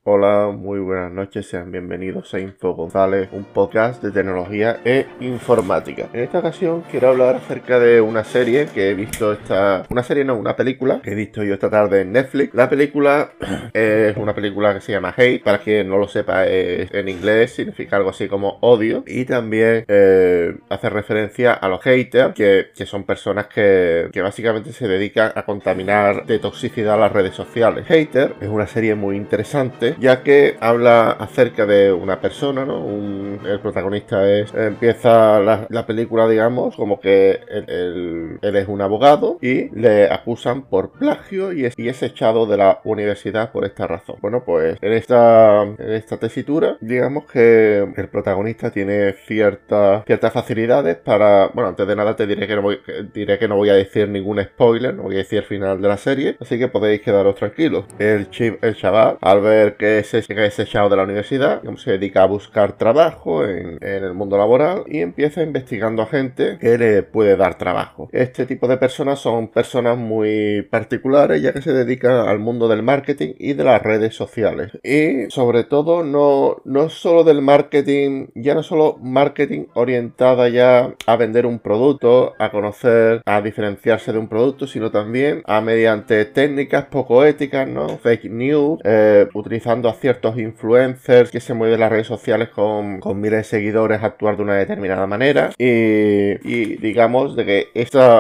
Hola, muy buenas noches, sean bienvenidos a Info González, un podcast de tecnología e informática. En esta ocasión quiero hablar acerca de una serie que he visto una película que he visto yo esta tarde en Netflix. La película es una película que se llama Hate, para quien no lo sepa, en inglés significa algo así como odio, y también hace referencia a los haters, que son personas que básicamente se dedican a contaminar de toxicidad las redes sociales. Hater es una serie muy interesante, ya que habla acerca de una persona, ¿no? El protagonista empieza la película, digamos, como que él es un abogado y le acusan por plagio y es echado de la universidad por esta razón. Bueno, pues en esta tesitura, digamos que el protagonista tiene ciertas facilidades para... Bueno, antes de nada te diré que no voy a decir ningún spoiler, no voy a decir el final de la serie, así que podéis quedaros tranquilos. El chaval, al ver que es echado de la universidad, se dedica a buscar trabajo en el mundo laboral y empieza investigando a gente que le puede dar trabajo. Este tipo de personas son personas muy particulares, ya que se dedican al mundo del marketing y de las redes sociales. Y sobre todo no solo del marketing, ya no solo marketing orientada ya a vender un producto, a conocer, a diferenciarse de un producto, sino también mediante técnicas poco éticas, ¿no? Fake news, utilizando a ciertos influencers que se mueven en las redes sociales con miles de seguidores, actuar de una determinada manera. Y digamos de que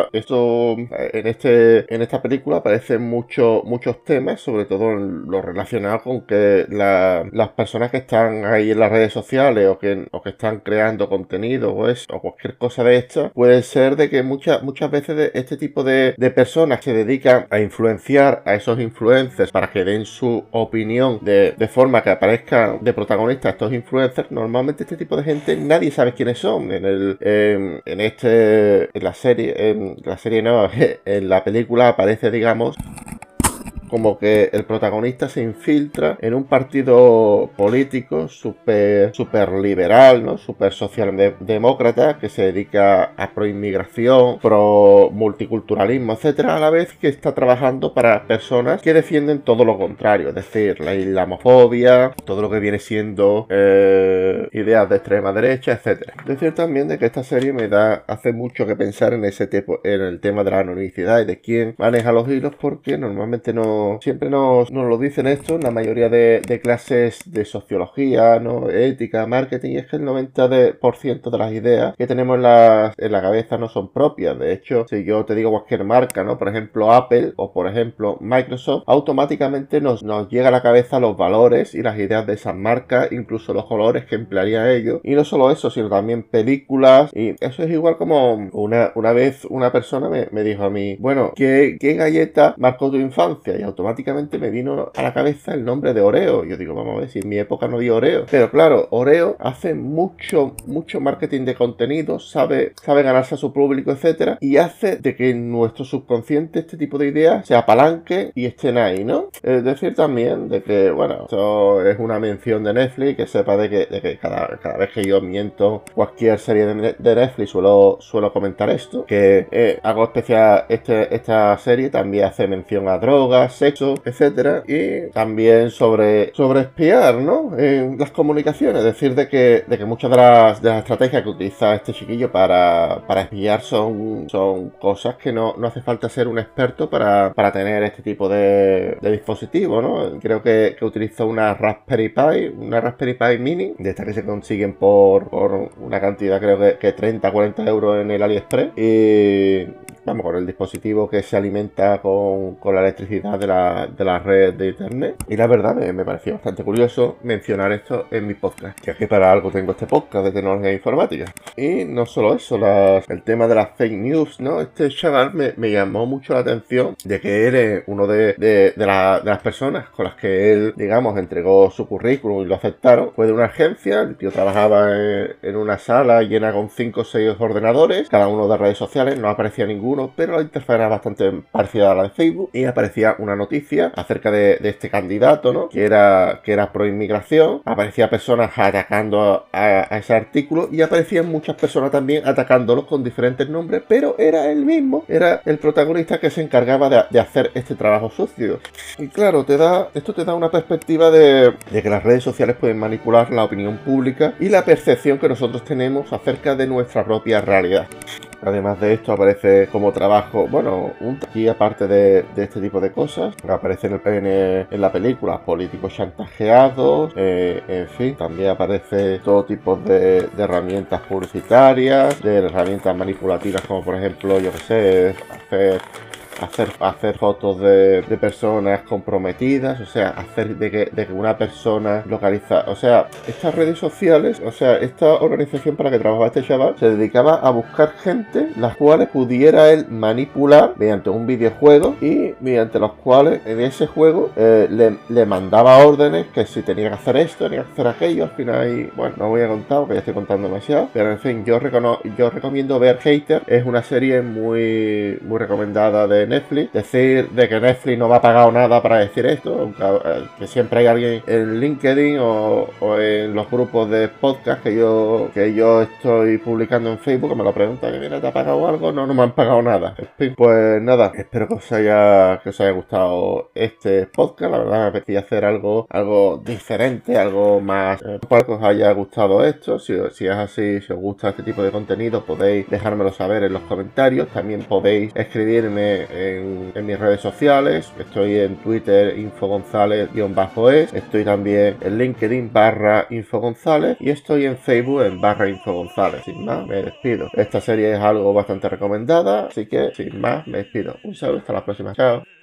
en esta película aparecen muchos temas, sobre todo en lo relacionado con que las personas que están ahí en las redes sociales o que están creando contenido o cualquier cosa de esta, puede ser de que muchas veces de este tipo de personas se dedican a influenciar a esos influencers para que den su opinión de forma que aparezcan de protagonistas estos influencers. Normalmente este tipo de gente nadie sabe quiénes son. En la película aparece, digamos, como que el protagonista se infiltra en un partido político súper liberal, ¿no? Súper socialdemócrata, que se dedica a pro inmigración, pro multiculturalismo, etcétera, a la vez que está trabajando para personas que defienden todo lo contrario, es decir, la islamofobia, todo lo que viene siendo ideas de extrema derecha, etcétera. Decir también de que esta serie hace mucho que pensar en el tema de la anonimicidad y de quién maneja los hilos, porque normalmente siempre nos lo dicen esto en la mayoría de clases de sociología, ¿no? Ética, marketing, y es que el 90% de las ideas que tenemos en la cabeza no son propias. De hecho, si yo te digo cualquier marca, ¿no? Por ejemplo, Apple o por ejemplo Microsoft, automáticamente nos llega a la cabeza los valores y las ideas de esas marcas, incluso los colores que emplearía ellos. Y no solo eso, sino también películas. Y eso es igual como una vez una persona me dijo a mí, bueno, ¿qué galleta marcó tu infancia? Y automáticamente me vino a la cabeza el nombre de Oreo. Yo digo, vamos a ver si en mi época no había Oreo. Pero claro, Oreo hace mucho marketing de contenido, sabe ganarse a su público, etcétera, y hace de que en nuestro subconsciente este tipo de ideas se apalanque y estén ahí, ¿no? Es decir también de que, bueno, esto es una mención de Netflix, que sepa de que cada vez que yo miento cualquier serie de Netflix suelo comentar esto, que hago especial esta serie también hace mención a drogas, sexo, etcétera, y también sobre espiar, ¿no? En las comunicaciones, es decir, de que muchas de las estrategias que utiliza este chiquillo para espiar son cosas que no hace falta ser un experto para tener este tipo de dispositivo, ¿no? Creo que utiliza una Raspberry Pi Mini, de estas que se consiguen por una cantidad, creo que 30-40 euros en el AliExpress, y vamos, con el dispositivo que se alimenta con la electricidad de la red de internet. Y la verdad me pareció bastante curioso mencionar esto en mi podcast, ya que para algo tengo este podcast de tecnología informática. Y no solo eso, el tema de las fake news, ¿no? Este chaval me llamó mucho la atención de que eres uno de las personas con las que él, digamos, entregó su currículum y lo aceptaron. Fue de una agencia, el tío trabajaba en una sala llena con 5 o 6 ordenadores, cada uno de redes sociales, no aparecía ninguno. uno, pero la interfaz era bastante parecida a la de Facebook y aparecía una noticia acerca de este candidato, ¿no? Que era pro inmigración. Aparecía personas atacando a ese artículo y aparecían muchas personas también atacándolos con diferentes nombres, pero era el mismo, era el protagonista que se encargaba de hacer este trabajo sucio. Y claro, esto te da una perspectiva de que las redes sociales pueden manipular la opinión pública y la percepción que nosotros tenemos acerca de nuestra propia realidad. Además de esto aparece como trabajo, bueno, aquí aparte de este tipo de cosas, aparece en la película políticos chantajeados, en fin, también aparece todo tipo de herramientas publicitarias, de herramientas manipulativas como por ejemplo, yo que sé, hacer fotos de personas comprometidas, o sea, hacer de que una persona localiza, o sea, estas redes sociales, o sea, esta organización para que trabajaba este chaval se dedicaba a buscar gente las cuales pudiera él manipular mediante un videojuego y mediante los cuales en ese juego le mandaba órdenes que si tenía que hacer esto, tenía que hacer aquello, al final, y bueno, no voy a contar porque ya estoy contando demasiado, pero en fin, yo recomiendo ver Hater, es una serie muy recomendada de Netflix. Decir de que Netflix no me ha pagado nada para decir esto, que siempre hay alguien en LinkedIn o en los grupos de podcast que yo estoy publicando en Facebook que me lo preguntan, mira, ¿te ha pagado algo? No me han pagado nada. En fin, pues nada, espero que os haya gustado este podcast. La verdad me apetecía hacer algo diferente, algo más, para que os haya gustado esto. Si es así, si os gusta este tipo de contenido, podéis dejármelo saber en los comentarios. También podéis escribirme en mis redes sociales. Estoy en Twitter infogonzalez_es, estoy también en LinkedIn /infogonzalez y estoy en Facebook en /infogonzalez. Sin más, me despido. Esta serie es algo bastante recomendada, así que sin más me despido. Un saludo, hasta la próxima. Chao.